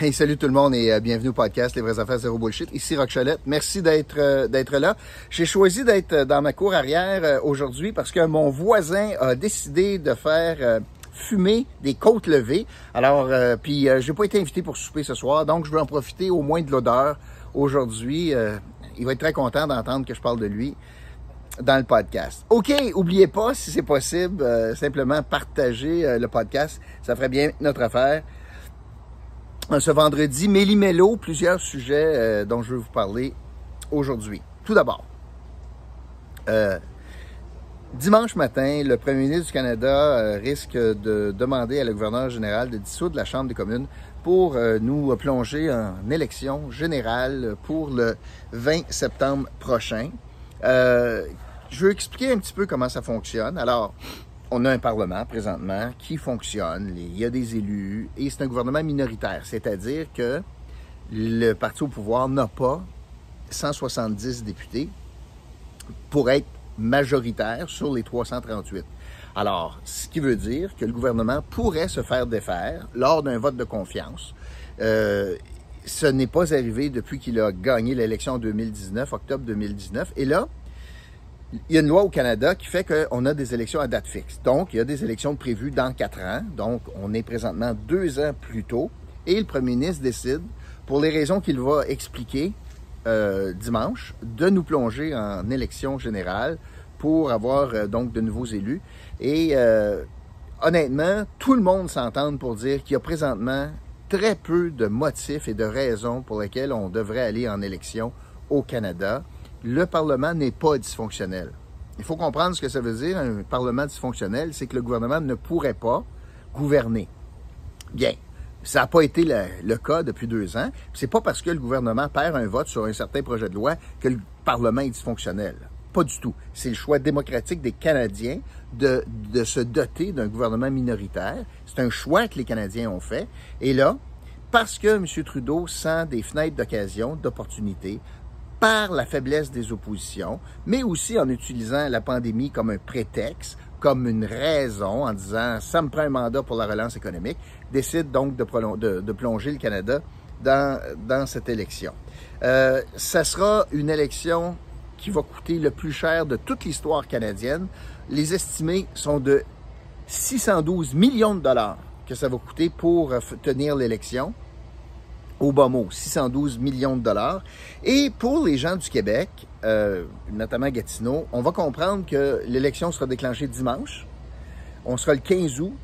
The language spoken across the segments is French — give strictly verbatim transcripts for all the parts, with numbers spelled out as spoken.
Hey, salut tout le monde et euh, bienvenue au podcast Les vraies affaires zéro bullshit. Ici Roch Cholette. Merci d'être euh, d'être là. J'ai choisi d'être dans ma cour arrière euh, aujourd'hui parce que mon voisin a décidé de faire euh, fumer des côtes levées. Alors, euh, puis euh, j'ai pas été invité pour souper ce soir, donc je veux en profiter au moins de l'odeur aujourd'hui. Euh, il va être très content d'entendre que je parle de lui dans le podcast. OK, oubliez pas, si c'est possible, euh, simplement partager euh, le podcast. Ça ferait bien notre affaire. Ce vendredi, méli-mélo, plusieurs sujets euh, dont je vais vous parler aujourd'hui. Tout d'abord, euh, dimanche matin, le premier ministre du Canada euh, risque de demander à le gouverneur général de dissoudre la Chambre des communes pour euh, nous plonger en élection générale pour le vingt septembre prochain. Euh, je vais expliquer un petit peu comment ça fonctionne. Alors, on a un Parlement présentement qui fonctionne, il y a des élus et c'est un gouvernement minoritaire, c'est-à-dire que le parti au pouvoir n'a pas cent soixante-dix députés pour être majoritaire sur les trois cent trente-huit. Alors, ce qui veut dire que le gouvernement pourrait se faire défaire lors d'un vote de confiance. Euh, ce n'est pas arrivé depuis qu'il a gagné l'élection en deux mille dix-neuf, octobre deux mille dix-neuf, et là, il y a une loi au Canada qui fait qu'on a des élections à date fixe. Donc, il y a des élections prévues dans quatre ans. Donc, on est présentement deux ans plus tôt. Et le premier ministre décide, pour les raisons qu'il va expliquer euh, dimanche, de nous plonger en élection générale pour avoir euh, donc de nouveaux élus. Et euh, honnêtement, tout le monde s'entend pour dire qu'il y a présentement très peu de motifs et de raisons pour lesquels on devrait aller en élection au Canada. Le Parlement n'est pas dysfonctionnel. Il faut comprendre ce que ça veut dire, un Parlement dysfonctionnel, c'est que le gouvernement ne pourrait pas gouverner. Bien, ça n'a pas été le, le cas depuis deux ans. C'est pas parce que le gouvernement perd un vote sur un certain projet de loi que le Parlement est dysfonctionnel. Pas du tout. C'est le choix démocratique des Canadiens de, de se doter d'un gouvernement minoritaire. C'est un choix que les Canadiens ont fait. Et là, parce que M. Trudeau sent des fenêtres d'occasion, d'opportunité, par la faiblesse des oppositions, mais aussi en utilisant la pandémie comme un prétexte, comme une raison, en disant « ça me prend un mandat pour la relance économique », décide donc de, de, de plonger le Canada dans, dans cette élection. Euh, ça sera une élection qui va coûter le plus cher de toute l'histoire canadienne. Les estimés sont de six cent douze millions de dollars que ça va coûter pour tenir l'élection. Au bas mot, six cent douze millions de dollars. Et pour les gens du Québec, euh, notamment Gatineau, on va comprendre que l'élection sera déclenchée dimanche. On sera le quinze août.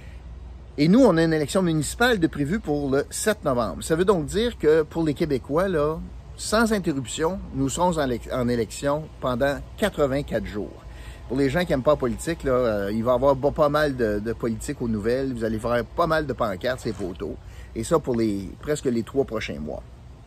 Et nous, on a une élection municipale de prévue pour le sept novembre. Ça veut donc dire que pour les Québécois, là, sans interruption, nous serons en, en élection pendant quatre-vingt-quatre jours. Pour les gens qui n'aiment pas la politique, là, euh, il va y avoir pas mal de, de politique aux nouvelles. Vous allez faire pas mal de pancartes, ces photos. Et ça pour les presque les trois prochains mois.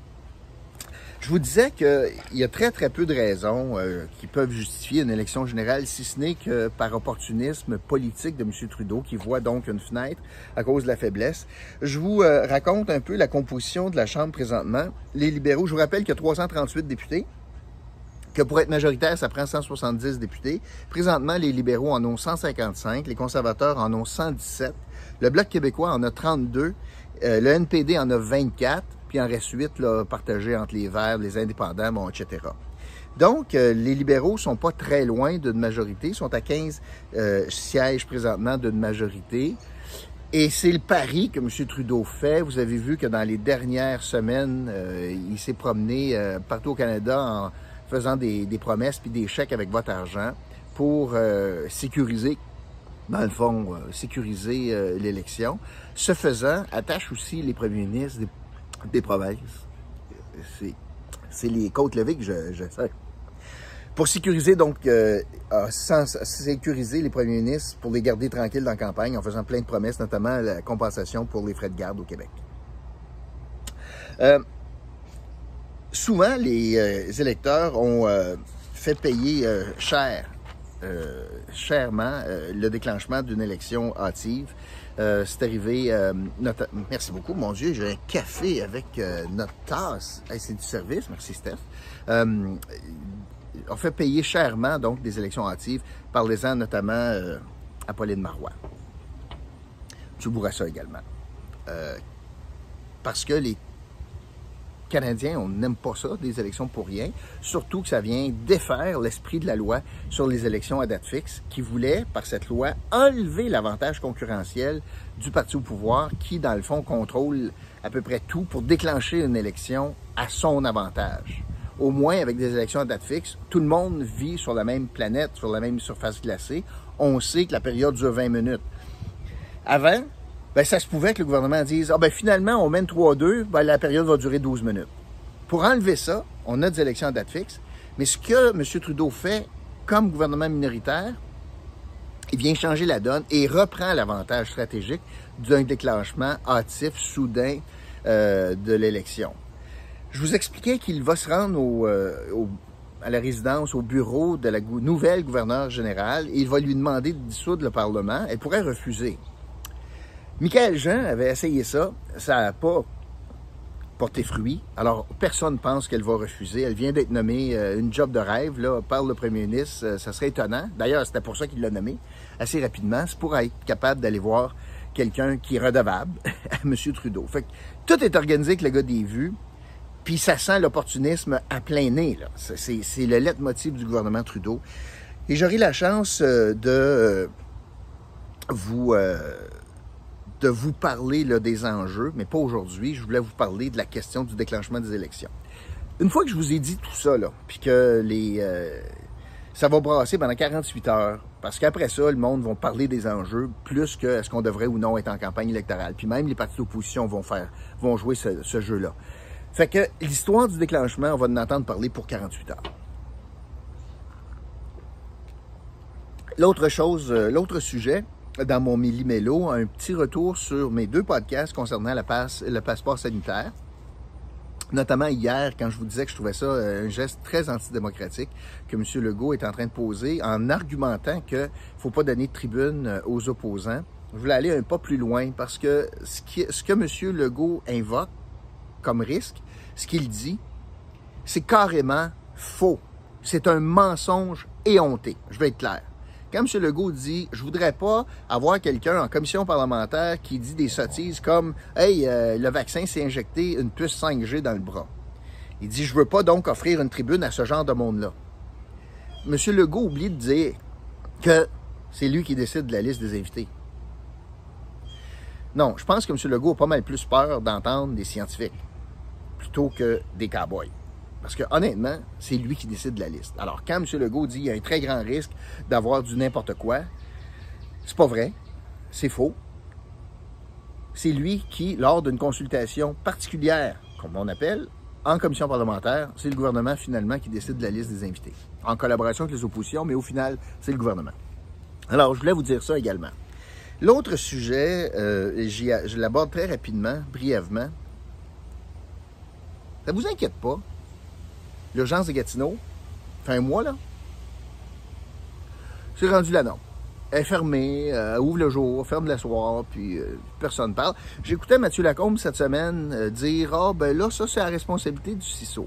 Je vous disais qu'il y a très, très peu de raisons euh, qui peuvent justifier une élection générale, si ce n'est que par opportunisme politique de M. Trudeau, qui voit donc une fenêtre à cause de la faiblesse. Je vous euh, raconte un peu la composition de la Chambre présentement. Les libéraux, je vous rappelle qu'il y a trois cent trente-huit députés, que pour être majoritaire, ça prend cent soixante-dix députés. Présentement, les libéraux en ont cent cinquante-cinq, les conservateurs en ont cent dix-sept, le Bloc québécois en a trente-deux, Euh, le N P D en a vingt-quatre, puis en reste huit là, partagés entre les Verts, les indépendants, bon, et cetera. Donc, euh, les libéraux sont pas très loin d'une majorité, sont à quinze euh, sièges présentement d'une majorité. Et c'est le pari que M. Trudeau fait. Vous avez vu que dans les dernières semaines, euh, il s'est promené euh, partout au Canada en faisant des, des promesses puis des chèques avec votre argent pour euh, sécuriser dans le fond, euh, sécuriser euh, l'élection. Ce faisant, attache aussi les premiers ministres des, des provinces. C'est, c'est les côtes levées que je, je sais. Pour sécuriser, donc, euh, sans sécuriser les premiers ministres, pour les garder tranquilles dans la campagne, en faisant plein de promesses, notamment la compensation pour les frais de garde au Québec. Euh, souvent, les euh, électeurs ont euh, fait payer euh, cher Euh, chèrement euh, le déclenchement d'une élection hâtive. Euh, c'est arrivé... Euh, notre... Merci beaucoup. Mon Dieu, j'ai un café avec euh, notre tasse. Hey, c'est du service. Merci, Steph. Euh, on fait payer chèrement donc des élections hâtives. Parlez-en notamment euh, à Pauline Marois. M. Bourassa également. Euh, parce que les Canadiens, on n'aime pas ça, des élections pour rien, surtout que ça vient défaire l'esprit de la loi sur les élections à date fixe, qui voulait, par cette loi, enlever l'avantage concurrentiel du parti au pouvoir, qui, dans le fond, contrôle à peu près tout pour déclencher une élection à son avantage. Au moins, avec des élections à date fixe, tout le monde vit sur la même planète, sur la même surface glacée. On sait que la période dure vingt minutes. Avant, ben, ça se pouvait que le gouvernement dise « Ah ben finalement, on mène trois à deux, ben, la période va durer douze minutes. » Pour enlever ça, on a des élections à date fixe, mais ce que M. Trudeau fait comme gouvernement minoritaire, il vient changer la donne et reprend l'avantage stratégique d'un déclenchement hâtif, soudain euh, de l'élection. Je vous expliquais qu'il va se rendre au, euh, au, à la résidence, au bureau de la nouvelle gouverneure générale et il va lui demander de dissoudre le Parlement. Elle pourrait refuser. Michaël Jean avait essayé ça, ça n'a pas porté fruit. Alors, personne ne pense qu'elle va refuser. Elle vient d'être nommée euh, une job de rêve là, par le premier ministre. Euh, ça serait étonnant. D'ailleurs, c'était pour ça qu'il l'a nommée assez rapidement. C'est pour être capable d'aller voir quelqu'un qui est redevable à M. Trudeau. Fait que tout est organisé avec le gars des vues, puis ça sent l'opportunisme à plein nez. Là. C'est, c'est le leitmotiv du gouvernement Trudeau. Et j'aurai la chance euh, de euh, vous... Euh, de vous parler là, des enjeux, mais pas aujourd'hui. Je voulais vous parler de la question du déclenchement des élections. Une fois que je vous ai dit tout ça, là, puis que les, euh, ça va brasser pendant quarante-huit heures, parce qu'après ça, le monde va parler des enjeux plus que est-ce qu'on devrait ou non être en campagne électorale. Puis même les partis d'opposition vont faire, vont jouer ce, ce jeu-là. Fait que l'histoire du déclenchement, on va en entendre parler pour quarante-huit heures. L'autre chose, l'autre sujet, dans mon millimélo, un petit retour sur mes deux podcasts concernant la passe, le passeport sanitaire. Notamment hier, quand je vous disais que je trouvais ça un geste très antidémocratique que M. Legault est en train de poser en argumentant qu'il ne faut pas donner de tribune aux opposants. Je voulais aller un pas plus loin parce que ce, qui, ce que M. Legault invoque comme risque, ce qu'il dit, c'est carrément faux. C'est un mensonge éhonté. Je vais être clair. Quand M. Legault dit « Je voudrais pas avoir quelqu'un en commission parlementaire qui dit des sottises comme « Hey, euh, le vaccin s'est injecté une puce cinq G dans le bras. » Il dit « Je veux pas donc offrir une tribune à ce genre de monde-là. » M. Legault oublie de dire que c'est lui qui décide de la liste des invités. Non, je pense que M. Legault a pas mal plus peur d'entendre des scientifiques plutôt que des cow-boys. Parce que, honnêtement, c'est lui qui décide de la liste. Alors, quand M. Legault dit qu'il y a un très grand risque d'avoir du n'importe quoi, c'est pas vrai, c'est faux. C'est lui qui, lors d'une consultation particulière, comme on appelle, en commission parlementaire, c'est le gouvernement, finalement, qui décide de la liste des invités. En collaboration avec les oppositions, mais au final, c'est le gouvernement. Alors, je voulais vous dire ça également. L'autre sujet, euh, j'y, je l'aborde très rapidement, brièvement. Ça vous inquiète pas? L'urgence de Gatineau, fait un mois, là, c'est rendu la norme. Elle est fermée, euh, elle ouvre le jour, ferme le soir, puis euh, personne ne parle. J'écoutais Mathieu Lacombe cette semaine euh, dire « Ah, ben là, ça, c'est la responsabilité du C I S O. »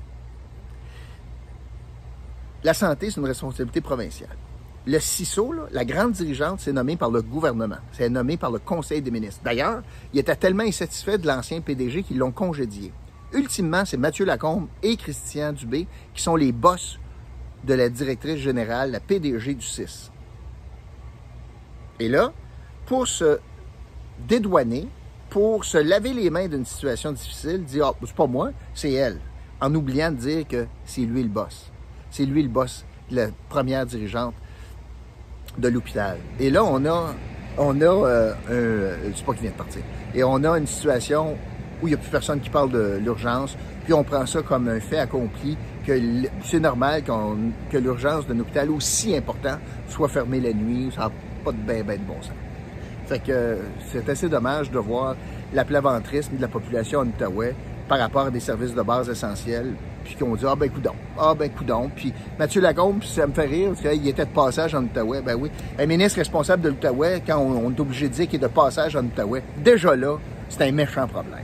La santé, c'est une responsabilité provinciale. Le C I S O, là, la grande dirigeante, c'est nommé par le gouvernement. C'est nommé par le Conseil des ministres. D'ailleurs, il était tellement insatisfait de l'ancien P D G qu'ils l'ont congédié. Ultimement, c'est Mathieu Lacombe et Christian Dubé qui sont les boss de la directrice générale, la P D G du C I S. Et là, pour se dédouaner, pour se laver les mains d'une situation difficile, dire « Ah, c'est pas moi, c'est elle », en oubliant de dire que c'est lui le boss. C'est lui le boss, la première dirigeante de l'hôpital. Et là, on a, on a euh, un... C'est pas qui vient de partir. Et on a une situation où il n'y a plus personne qui parle de l'urgence, puis on prend ça comme un fait accompli, que c'est normal qu'on, que l'urgence d'un hôpital aussi important soit fermée la nuit, ça n'a pas de ben ben de bon sens. Fait que c'est assez dommage de voir l'aplaventrisme de la population en Outaouais par rapport à des services de base essentiels, puis qu'on dit « Ah ben coudonc, ah ben coudonc », puis Mathieu Lacombe, ça me fait rire, parce qu'il était de passage en Outaouais, ben oui, un ministre responsable de l'Outaouais, quand on, on est obligé de dire qu'il est de passage en Outaouais, déjà là, c'est un méchant problème.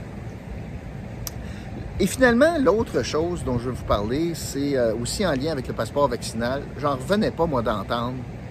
Et finalement, l'autre chose dont je veux vous parler, c'est euh, aussi en lien avec le passeport vaccinal. J'en revenais pas, moi, d'entendre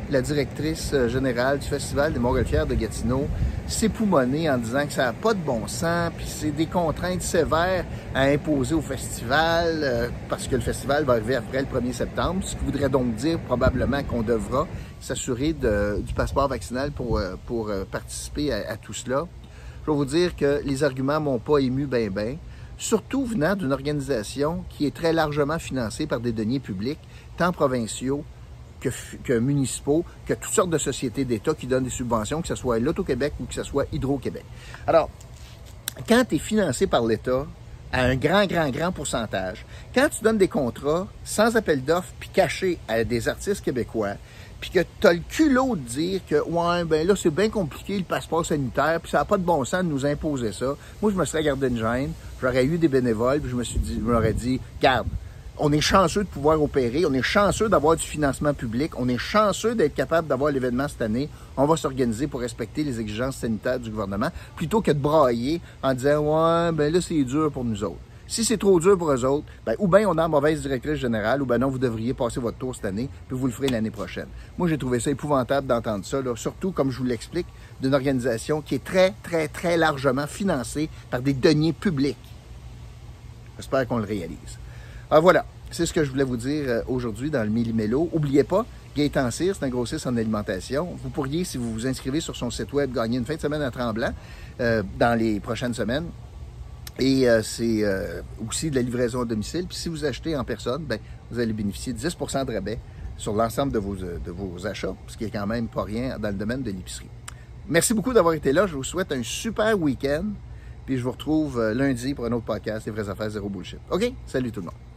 la directrice générale du Festival des Montgolfières de Gatineau, s'époumoner en disant que ça n'a pas de bon sens, puis c'est des contraintes sévères à imposer au festival, euh, parce que le festival va arriver après le premier septembre, ce qui voudrait donc dire probablement qu'on devra s'assurer de, du passeport vaccinal pour, euh, pour euh, participer à, à tout cela. Je vais vous dire que les arguments m'ont pas ému ben ben, surtout venant d'une organisation qui est très largement financée par des deniers publics, tant provinciaux Que, que municipaux, que toutes sortes de sociétés d'État qui donnent des subventions, que ce soit l'Auto-Québec ou que ce soit Hydro-Québec. Alors, quand tu es financé par l'État à un grand, grand, grand pourcentage, quand tu donnes des contrats sans appel d'offres puis cachés à des artistes québécois, puis que tu as le culot de dire que, ouais, ben là, c'est bien compliqué le passeport sanitaire, puis ça n'a pas de bon sens de nous imposer ça. Moi, je me serais gardé une gêne, j'aurais eu des bénévoles, puis je me suis dit, je m'aurais dit, garde, on est chanceux de pouvoir opérer, on est chanceux d'avoir du financement public, on est chanceux d'être capable d'avoir l'événement cette année. On va s'organiser pour respecter les exigences sanitaires du gouvernement, plutôt que de brailler en disant « Ouais, ben là, c'est dur pour nous autres. » Si c'est trop dur pour eux autres, ben, ou bien on a une mauvaise directrice générale, ou bien non, vous devriez passer votre tour cette année, puis vous le ferez l'année prochaine. Moi, j'ai trouvé ça épouvantable d'entendre ça, là, surtout, comme je vous l'explique, d'une organisation qui est très, très, très largement financée par des deniers publics. J'espère qu'on le réalise. Alors voilà, c'est ce que je voulais vous dire euh, aujourd'hui dans le Millimélo. N'oubliez pas, Gaétan Cyr, c'est un grossiste en alimentation. Vous pourriez, si vous vous inscrivez sur son site web, gagner une fin de semaine à Tremblant euh, dans les prochaines semaines. Et euh, c'est euh, aussi de la livraison à domicile. Puis si vous achetez en personne, ben, vous allez bénéficier de dix pour cent de rabais sur l'ensemble de vos, de vos achats, ce qui est quand même pas rien dans le domaine de l'épicerie. Merci beaucoup d'avoir été là. Je vous souhaite un super week-end. Puis je vous retrouve lundi pour un autre podcast, Les vraies affaires zéro bullshit. OK? Salut tout le monde.